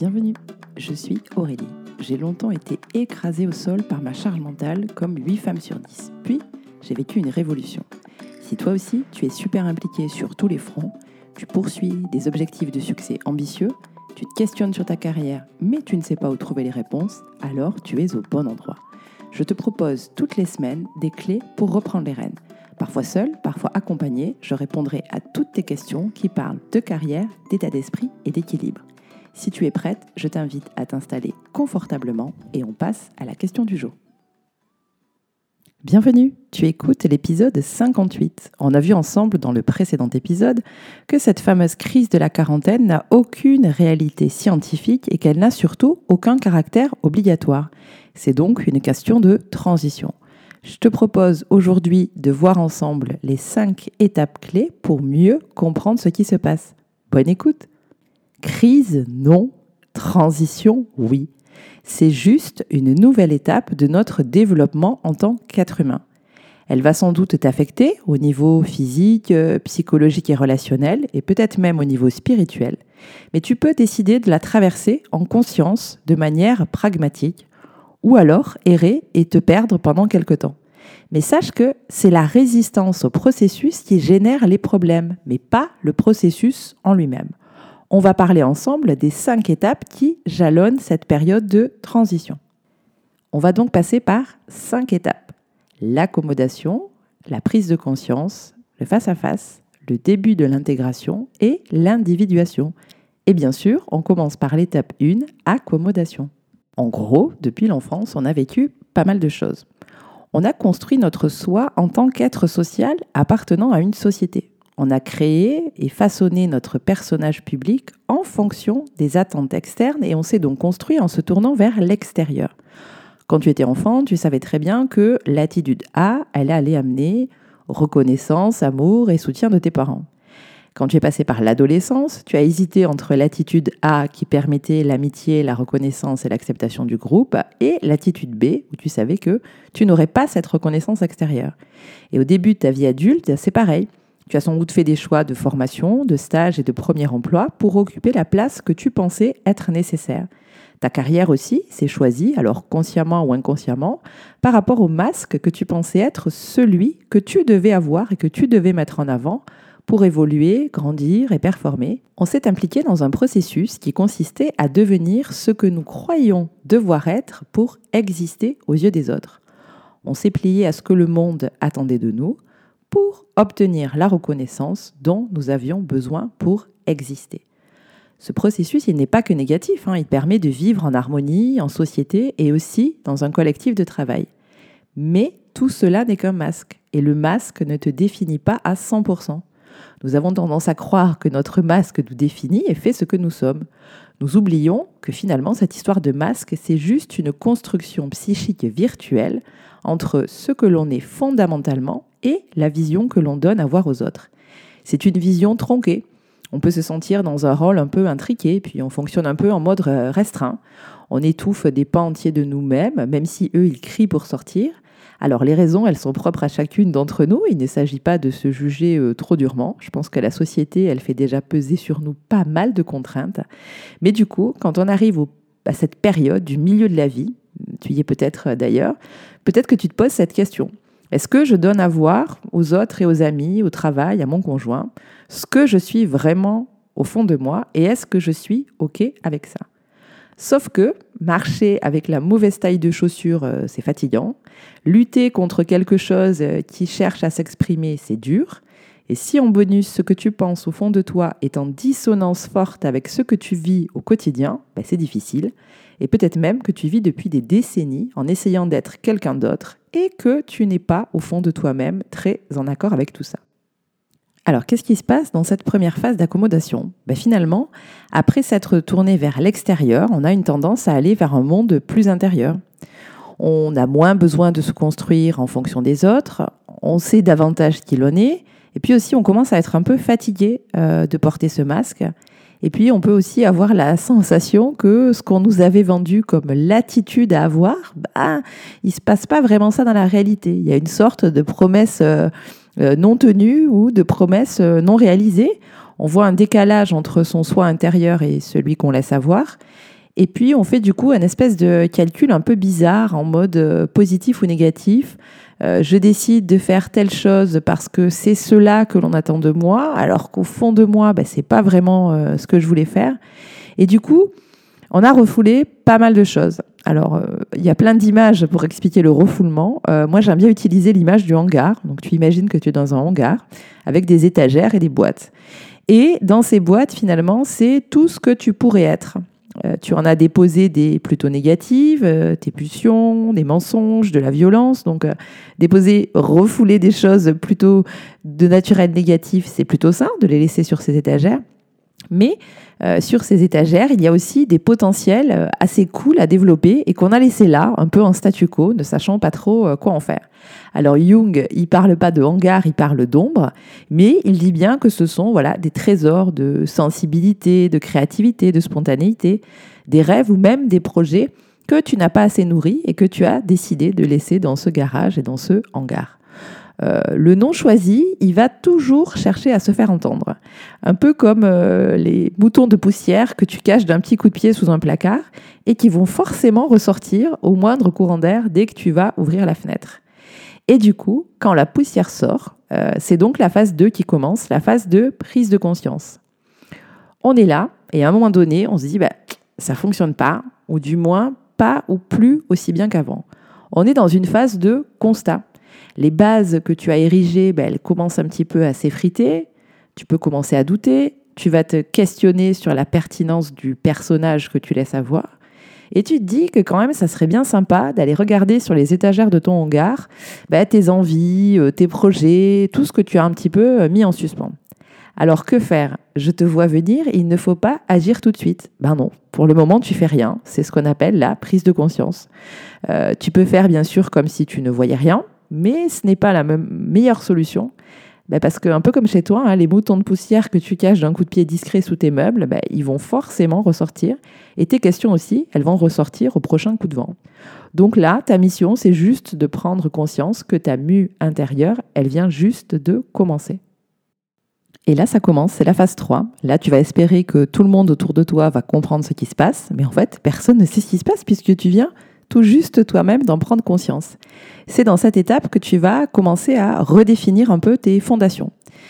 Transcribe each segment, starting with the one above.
Bienvenue, je suis Aurélie. J'ai longtemps été écrasée au sol par ma charge mentale comme 8 femmes sur 10. Puis, j'ai vécu une révolution. Si toi aussi, tu es super impliquée sur tous les fronts, tu poursuis des objectifs de succès ambitieux, tu te questionnes sur ta carrière, mais tu ne sais pas où trouver les réponses, alors tu es au bon endroit. Je te propose toutes les semaines des clés pour reprendre les rênes. Parfois seule, parfois accompagnée, je répondrai à toutes tes questions qui parlent de carrière, d'état d'esprit et d'équilibre. Si tu es prête, je t'invite à t'installer confortablement et on passe à la question du jour. Bienvenue, tu écoutes l'épisode 58. On a vu ensemble dans le précédent épisode que cette fameuse crise de la quarantaine n'a aucune réalité scientifique et qu'elle n'a surtout aucun caractère obligatoire. C'est donc une question de transition. Je te propose aujourd'hui de voir ensemble les 5 étapes clés pour mieux comprendre ce qui se passe. Bonne écoute! Crise, non. Transition, oui. C'est juste une nouvelle étape de notre développement en tant qu'être humain. Elle va sans doute t'affecter au niveau physique, psychologique et relationnel, et peut-être même au niveau spirituel. Mais tu peux décider de la traverser en conscience, de manière pragmatique, ou alors errer et te perdre pendant quelque temps. Mais sache que c'est la résistance au processus qui génère les problèmes, mais pas le processus en lui-même. On va parler ensemble des 5 étapes qui jalonnent cette période de transition. On va donc passer par 5 étapes. L'accommodation, la prise de conscience, le face-à-face, le début de l'intégration et l'individuation. Et bien sûr, on commence par l'étape 1, accommodation. En gros, depuis l'enfance, on a vécu pas mal de choses. On a construit notre soi en tant qu'être social appartenant à une société. On a créé et façonné notre personnage public en fonction des attentes externes et on s'est donc construit en se tournant vers l'extérieur. Quand tu étais enfant, tu savais très bien que l'attitude A, elle allait amener reconnaissance, amour et soutien de tes parents. Quand tu es passé par l'adolescence, tu as hésité entre l'attitude A qui permettait l'amitié, la reconnaissance et l'acceptation du groupe et l'attitude B où tu savais que tu n'aurais pas cette reconnaissance extérieure. Et au début de ta vie adulte, c'est pareil. Tu as sans doute fait des choix de formation, de stage et de premier emploi pour occuper la place que tu pensais être nécessaire. Ta carrière aussi s'est choisie, alors consciemment ou inconsciemment, par rapport au masque que tu pensais être celui que tu devais avoir et que tu devais mettre en avant pour évoluer, grandir et performer. On s'est impliqué dans un processus qui consistait à devenir ce que nous croyions devoir être pour exister aux yeux des autres. On s'est plié à ce que le monde attendait de nous, pour obtenir la reconnaissance dont nous avions besoin pour exister. Ce processus, il n'est pas que négatif, il permet de vivre en harmonie, en société et aussi dans un collectif de travail. Mais tout cela n'est qu'un masque et le masque ne te définit pas à 100%. Nous avons tendance à croire que notre masque nous définit et fait ce que nous sommes. Nous oublions que finalement cette histoire de masque, c'est juste une construction psychique virtuelle entre ce que l'on est fondamentalement et la vision que l'on donne à voir aux autres. C'est une vision tronquée. On peut se sentir dans un rôle un peu intriqué, puis on fonctionne un peu en mode restreint. On étouffe des pans entiers de nous-mêmes, même si eux, ils crient pour sortir. Alors les raisons, elles sont propres à chacune d'entre nous. Il ne s'agit pas de se juger trop durement. Je pense que la société, elle fait déjà peser sur nous pas mal de contraintes. Mais du coup, quand on arrive à cette période du milieu de la vie, tu y es peut-être d'ailleurs, peut-être que tu te poses cette question. Est-ce que je donne à voir aux autres et aux amis, au travail, à mon conjoint, ce que je suis vraiment au fond de moi et est-ce que je suis OK avec ça ? Sauf que marcher avec la mauvaise taille de chaussures, c'est fatigant. Lutter contre quelque chose qui cherche à s'exprimer, c'est dur. Et si en bonus, ce que tu penses au fond de toi est en dissonance forte avec ce que tu vis au quotidien, c'est difficile. Et peut-être même que tu vis depuis des décennies en essayant d'être quelqu'un d'autre et que tu n'es pas au fond de toi-même très en accord avec tout ça. Alors, qu'est-ce qui se passe dans cette première phase d'accommodation ? Finalement, après s'être tourné vers l'extérieur, on a une tendance à aller vers un monde plus intérieur. On a moins besoin de se construire en fonction des autres, on sait davantage qui l'on est, et puis aussi on commence à être un peu fatigué de porter ce masque. Et puis on peut aussi avoir la sensation que ce qu'on nous avait vendu comme l'attitude à avoir, il ne se passe pas vraiment ça dans la réalité. Il y a une sorte de promesse non tenue ou de promesse non réalisée. On voit un décalage entre son soi intérieur et celui qu'on laisse avoir. Et puis, on fait du coup un espèce de calcul un peu bizarre en mode positif ou négatif. Je décide de faire telle chose parce que c'est cela que l'on attend de moi, alors qu'au fond de moi, ce n'est pas vraiment ce que je voulais faire. Et du coup, on a refoulé pas mal de choses. Alors, il y a plein d'images pour expliquer le refoulement. Moi, j'aime bien utiliser l'image du hangar. Donc, tu imagines que tu es dans un hangar avec des étagères et des boîtes. Et dans ces boîtes, finalement, c'est tout ce que tu pourrais être. Tu en as déposé des plutôt négatives, tes pulsions, des mensonges, de la violence. Donc, déposer, refouler des choses plutôt de naturel négatif, c'est plutôt sain de les laisser sur ces étagères. Mais sur ces étagères, il y a aussi des potentiels assez cool à développer et qu'on a laissé là, un peu en statu quo, ne sachant pas trop quoi en faire. Alors Jung, il parle pas de hangar, il parle d'ombre, mais il dit bien que ce sont des trésors de sensibilité, de créativité, de spontanéité, des rêves ou même des projets que tu n'as pas assez nourris et que tu as décidé de laisser dans ce garage et dans ce hangar. Le non choisi, il va toujours chercher à se faire entendre. Un peu comme les moutons de poussière que tu caches d'un petit coup de pied sous un placard et qui vont forcément ressortir au moindre courant d'air dès que tu vas ouvrir la fenêtre. Et du coup, quand la poussière sort, c'est donc la phase 2 qui commence, la phase de prise de conscience. On est là et à un moment donné, on se dit ça ne fonctionne pas, ou du moins pas ou plus aussi bien qu'avant. On est dans une phase de constat. Les bases que tu as érigées, elles commencent un petit peu à s'effriter. Tu peux commencer à douter. Tu vas te questionner sur la pertinence du personnage que tu laisses avoir. Et tu te dis que quand même, ça serait bien sympa d'aller regarder sur les étagères de ton hangar tes envies, tes projets, tout ce que tu as un petit peu mis en suspens. Alors que faire ? Je te vois venir, il ne faut pas agir tout de suite. Non, pour le moment, tu fais rien. C'est ce qu'on appelle la prise de conscience. Tu peux faire bien sûr comme si tu ne voyais rien, mais ce n'est pas la meilleure solution. Parce que, un peu comme chez toi, les moutons de poussière que tu caches d'un coup de pied discret sous tes meubles, ils vont forcément ressortir. Et tes questions aussi, elles vont ressortir au prochain coup de vent. Donc là, ta mission, c'est juste de prendre conscience que ta mue intérieure, elle vient juste de commencer. Et là, ça commence, c'est la phase 3. Là, tu vas espérer que tout le monde autour de toi va comprendre ce qui se passe. Mais en fait, personne ne sait ce qui se passe puisque tu viens tout juste toi-même d'en prendre conscience. C'est dans cette étape que tu vas commencer à redéfinir un peu tes fondations.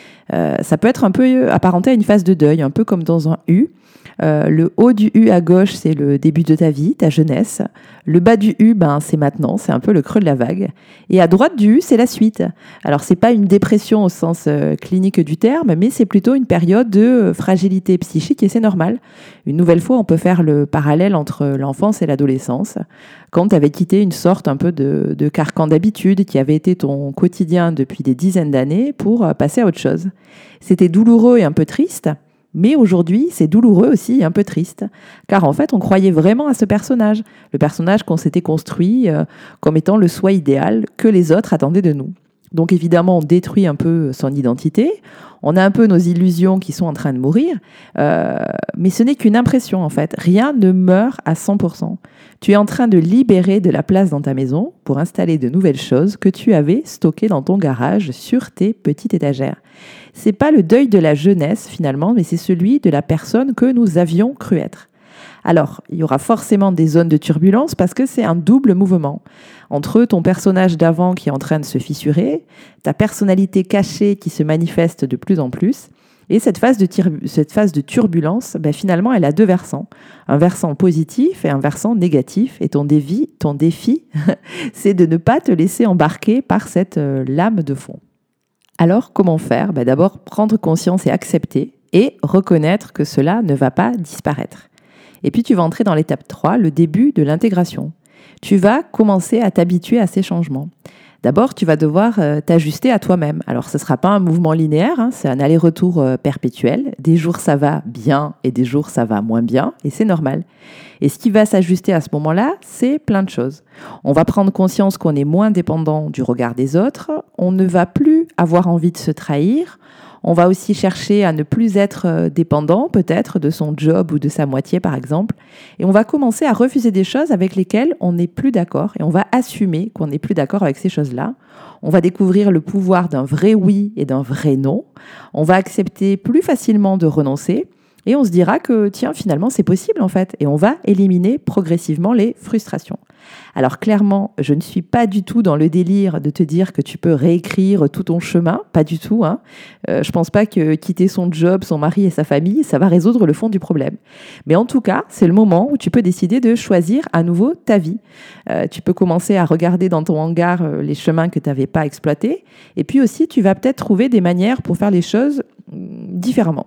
Ça peut être un peu apparenté à une phase de deuil, un peu comme dans un U. Le haut du U à gauche, c'est le début de ta vie, ta jeunesse. Le bas du U, c'est maintenant, c'est un peu le creux de la vague. Et à droite du U, c'est la suite. Alors, c'est pas une dépression au sens clinique du terme, mais c'est plutôt une période de fragilité psychique et c'est normal. Une nouvelle fois, on peut faire le parallèle entre l'enfance et l'adolescence. Quand tu avais quitté une sorte un peu de carcan d'habitude qui avait été ton quotidien depuis des dizaines d'années pour passer à autre chose. C'était douloureux et un peu triste. Mais aujourd'hui, c'est douloureux aussi et un peu triste, car en fait, on croyait vraiment à ce personnage, le personnage qu'on s'était construit comme étant le soi idéal que les autres attendaient de nous. Donc évidemment, on détruit un peu son identité, on a un peu nos illusions qui sont en train de mourir, mais ce n'est qu'une impression en fait. Rien ne meurt à 100%. Tu es en train de libérer de la place dans ta maison pour installer de nouvelles choses que tu avais stockées dans ton garage sur tes petites étagères. C'est pas le deuil de la jeunesse finalement, mais c'est celui de la personne que nous avions cru être. Alors, il y aura forcément des zones de turbulence parce que c'est un double mouvement. Entre ton personnage d'avant qui est en train de se fissurer, ta personnalité cachée qui se manifeste de plus en plus, et cette phase de turbulence, finalement, elle a deux versants. Un versant positif et un versant négatif. Et ton défi, c'est de ne pas te laisser embarquer par cette lame de fond. Alors, comment faire ? D'abord, prendre conscience et accepter et reconnaître que cela ne va pas disparaître. Et puis, tu vas entrer dans l'étape 3, le début de l'intégration. Tu vas commencer à t'habituer à ces changements. D'abord, tu vas devoir t'ajuster à toi-même. Alors, ce ne sera pas un mouvement linéaire, c'est un aller-retour perpétuel. Des jours, ça va bien et des jours, ça va moins bien et c'est normal. Et ce qui va s'ajuster à ce moment-là, c'est plein de choses. On va prendre conscience qu'on est moins dépendant du regard des autres. On ne va plus avoir envie de se trahir. On va aussi chercher à ne plus être dépendant, peut-être, de son job ou de sa moitié, par exemple. Et on va commencer à refuser des choses avec lesquelles on n'est plus d'accord. Et on va assumer qu'on n'est plus d'accord avec ces choses-là. On va découvrir le pouvoir d'un vrai oui et d'un vrai non. On va accepter plus facilement de renoncer. Et on se dira que, tiens, finalement, c'est possible en fait. Et on va éliminer progressivement les frustrations. Alors clairement, je ne suis pas du tout dans le délire de te dire que tu peux réécrire tout ton chemin, pas du tout. Je pense pas que quitter son job, son mari et sa famille, ça va résoudre le fond du problème. Mais en tout cas, c'est le moment où tu peux décider de choisir à nouveau ta vie. Tu peux commencer à regarder dans ton hangar les chemins que tu n'avais pas exploités. Et puis aussi, tu vas peut-être trouver des manières pour faire les choses différemment.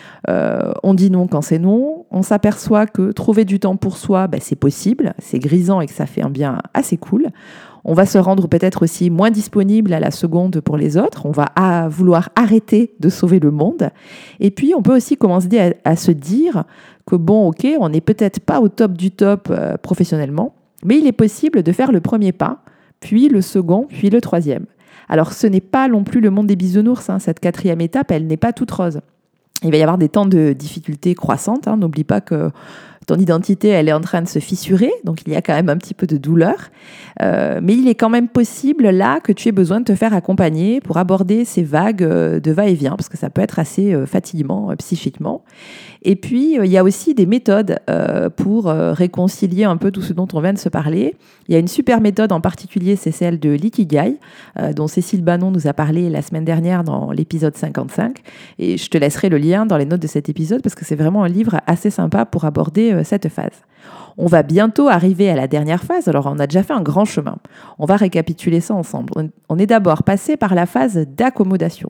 On dit non quand c'est non. On s'aperçoit que trouver du temps pour soi, c'est possible, c'est grisant et que ça fait un bien assez cool. On va se rendre peut-être aussi moins disponible à la seconde pour les autres. On va vouloir arrêter de sauver le monde. Et puis, on peut aussi commencer à se dire que bon, ok, on n'est peut-être pas au top du top professionnellement, mais il est possible de faire le premier pas, puis le second, puis le troisième. Alors, ce n'est pas non plus le monde des bisounours. Cette 4e étape, elle n'est pas toute rose. Il va y avoir des temps de difficultés croissantes. N'oublie pas que ton identité, elle est en train de se fissurer, donc il y a quand même un petit peu de douleur. Mais il est quand même possible là que tu aies besoin de te faire accompagner pour aborder ces vagues de va-et-vient, parce que ça peut être assez fatigant psychiquement. Et puis, il y a aussi des méthodes pour réconcilier un peu tout ce dont on vient de se parler. Il y a une super méthode en particulier, c'est celle de l'Ikigai, dont Cécile Bannon nous a parlé la semaine dernière dans l'épisode 55. Et je te laisserai le lien dans les notes de cet épisode parce que c'est vraiment un livre assez sympa pour aborder cette phase. On va bientôt arriver à la dernière phase. Alors, on a déjà fait un grand chemin. On va récapituler ça ensemble. On est d'abord passé par la phase d'accommodation.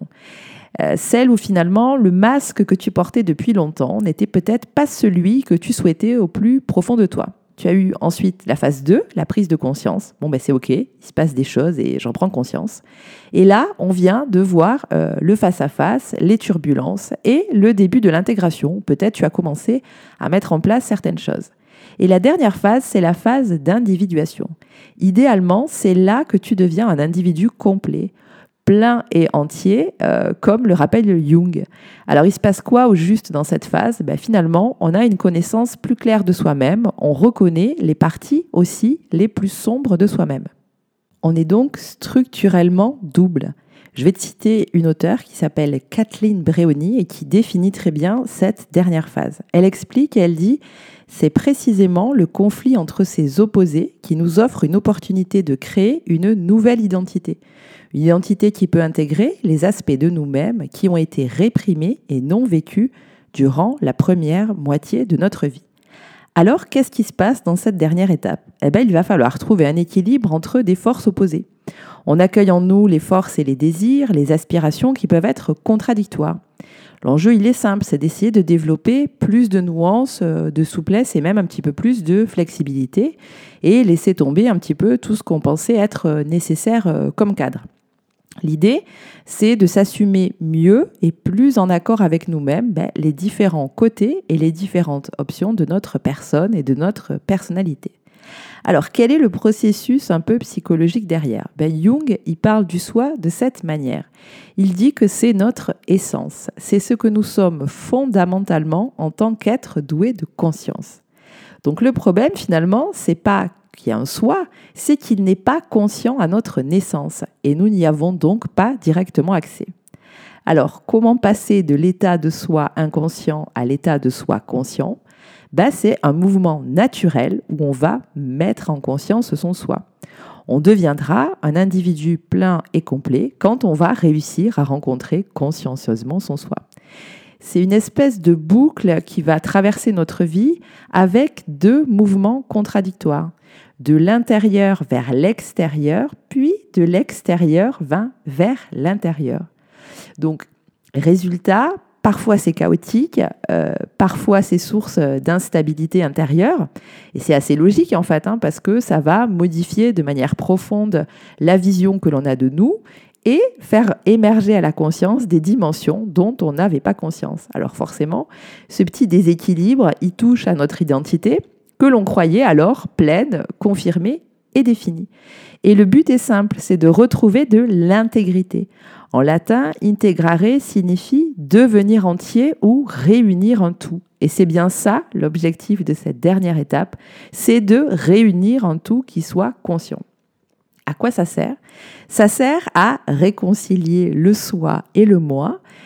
Celle où finalement le masque que tu portais depuis longtemps n'était peut-être pas celui que tu souhaitais au plus profond de toi. Tu as eu ensuite la phase 2, la prise de conscience. Bon, c'est ok, il se passe des choses et j'en prends conscience. Et là, on vient de voir le face-à-face, les turbulences et le début de l'intégration. Peut-être tu as commencé à mettre en place certaines choses. Et la dernière phase, c'est la phase d'individuation. Idéalement, c'est là que tu deviens un individu complet, plein et entier, comme le rappelle Jung. Alors, il se passe quoi au juste dans cette phase ? Finalement, on a une connaissance plus claire de soi-même, on reconnaît les parties aussi les plus sombres de soi-même. On est donc structurellement double. Je vais te citer une auteure qui s'appelle Kathleen Breoni et qui définit très bien cette dernière phase. Elle explique et elle dit « C'est précisément le conflit entre ces opposés qui nous offre une opportunité de créer une nouvelle identité. Une identité qui peut intégrer les aspects de nous-mêmes qui ont été réprimés et non vécus durant la première moitié de notre vie. » Alors, qu'est-ce qui se passe dans cette dernière étape ? Il va falloir trouver un équilibre entre des forces opposées. On accueille en nous les forces et les désirs, les aspirations qui peuvent être contradictoires. L'enjeu, il est simple, c'est d'essayer de développer plus de nuances, de souplesse et même un petit peu plus de flexibilité et laisser tomber un petit peu tout ce qu'on pensait être nécessaire comme cadre. L'idée, c'est de s'assumer mieux et plus en accord avec nous-mêmes les différents côtés et les différentes options de notre personne et de notre personnalité. Alors, quel est le processus un peu psychologique derrière ? Jung, il parle du soi de cette manière. Il dit que c'est notre essence, c'est ce que nous sommes fondamentalement en tant qu'être doué de conscience. Donc le problème finalement, c'est pas qu'il y a un soi, c'est qu'il n'est pas conscient à notre naissance et nous n'y avons donc pas directement accès. Alors, comment passer de l'état de soi inconscient à l'état de soi conscient ? C'est un mouvement naturel où on va mettre en conscience son soi. On deviendra un individu plein et complet quand on va réussir à rencontrer consciencieusement son soi. C'est une espèce de boucle qui va traverser notre vie avec deux mouvements contradictoires. De l'intérieur vers l'extérieur, puis de l'extérieur vers l'intérieur. Donc, résultat, parfois c'est chaotique, parfois c'est source d'instabilité intérieure. Et c'est assez logique en fait, parce que ça va modifier de manière profonde la vision que l'on a de nous et faire émerger à la conscience des dimensions dont on n'avait pas conscience. Alors forcément, ce petit déséquilibre, il touche à notre identité que l'on croyait alors pleine, confirmée et définie. Et le but est simple, c'est de retrouver de l'intégrité. En latin, integrare signifie devenir entier ou réunir un tout. Et c'est bien ça l'objectif de cette dernière étape, c'est de réunir un tout qui soit conscient. À quoi ça sert ? Ça sert à réconcilier le soi et le moi,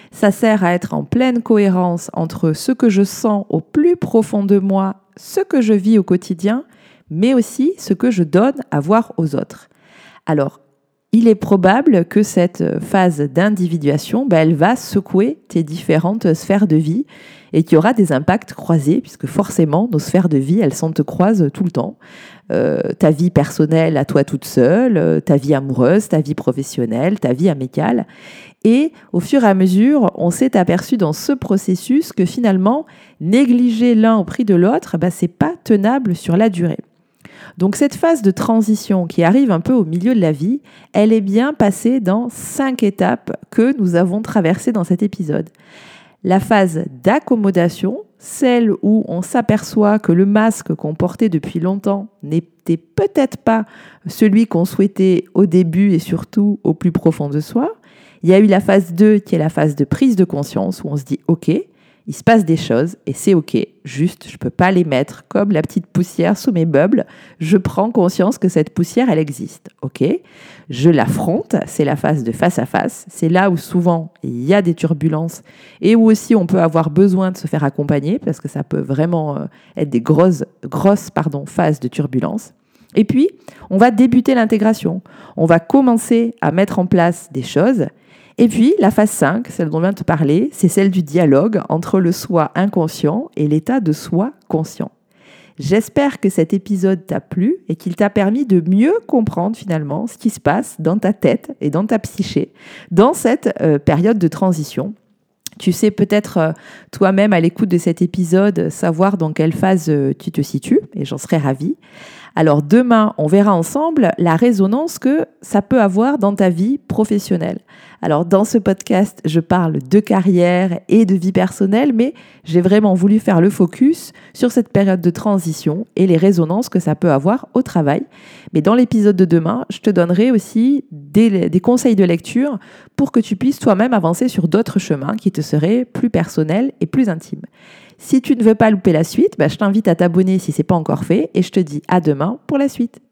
Ça sert à être en pleine cohérence entre ce que je sens au plus profond de moi, ce que je vis au quotidien, mais aussi ce que je donne à voir aux autres. Alors, il est probable que cette phase d'individuation, elle va secouer tes différentes sphères de vie et qu'il y aura des impacts croisés, puisque forcément, nos sphères de vie, elles s'entrecroisent tout le temps. Ta vie personnelle à toi toute seule, ta vie amoureuse, ta vie professionnelle, ta vie amicale. Et au fur et à mesure, on s'est aperçu dans ce processus que finalement, négliger l'un au prix de l'autre, c'est pas tenable sur la durée. Donc cette phase de transition qui arrive un peu au milieu de la vie, elle est bien passée dans 5 étapes que nous avons traversées dans cet épisode. La phase d'accommodation, celle où on s'aperçoit que le masque qu'on portait depuis longtemps n'était peut-être pas celui qu'on souhaitait au début et surtout au plus profond de soi. Il y a eu la phase 2 qui est la phase de prise de conscience où on se dit « Ok, il se passe des choses et c'est ok, juste je ne peux pas les mettre comme la petite poussière sous mes meubles. Je prends conscience que cette poussière, elle existe. Ok, je l'affronte, c'est la phase de face à face. C'est là où souvent il y a des turbulences et où aussi on peut avoir besoin de se faire accompagner parce que ça peut vraiment être des grosses phases de turbulence. Et puis, on va débuter l'intégration. On va commencer à mettre en place des choses. Et puis, la phase 5, celle dont on vient de te parler, c'est celle du dialogue entre le soi inconscient et l'état de soi conscient. J'espère que cet épisode t'a plu et qu'il t'a permis de mieux comprendre finalement ce qui se passe dans ta tête et dans ta psyché dans cette période de transition. Tu sais peut-être toi-même à l'écoute de cet épisode savoir dans quelle phase tu te situes et j'en serais ravie. Alors demain, on verra ensemble la résonance que ça peut avoir dans ta vie professionnelle. Alors dans ce podcast, je parle de carrière et de vie personnelle, mais j'ai vraiment voulu faire le focus sur cette période de transition et les résonances que ça peut avoir au travail. Mais dans l'épisode de demain, je te donnerai aussi des conseils de lecture pour que tu puisses toi-même avancer sur d'autres chemins qui te seraient plus personnels et plus intimes. Si tu ne veux pas louper la suite, je t'invite à t'abonner si ce n'est pas encore fait et je te dis à demain pour la suite.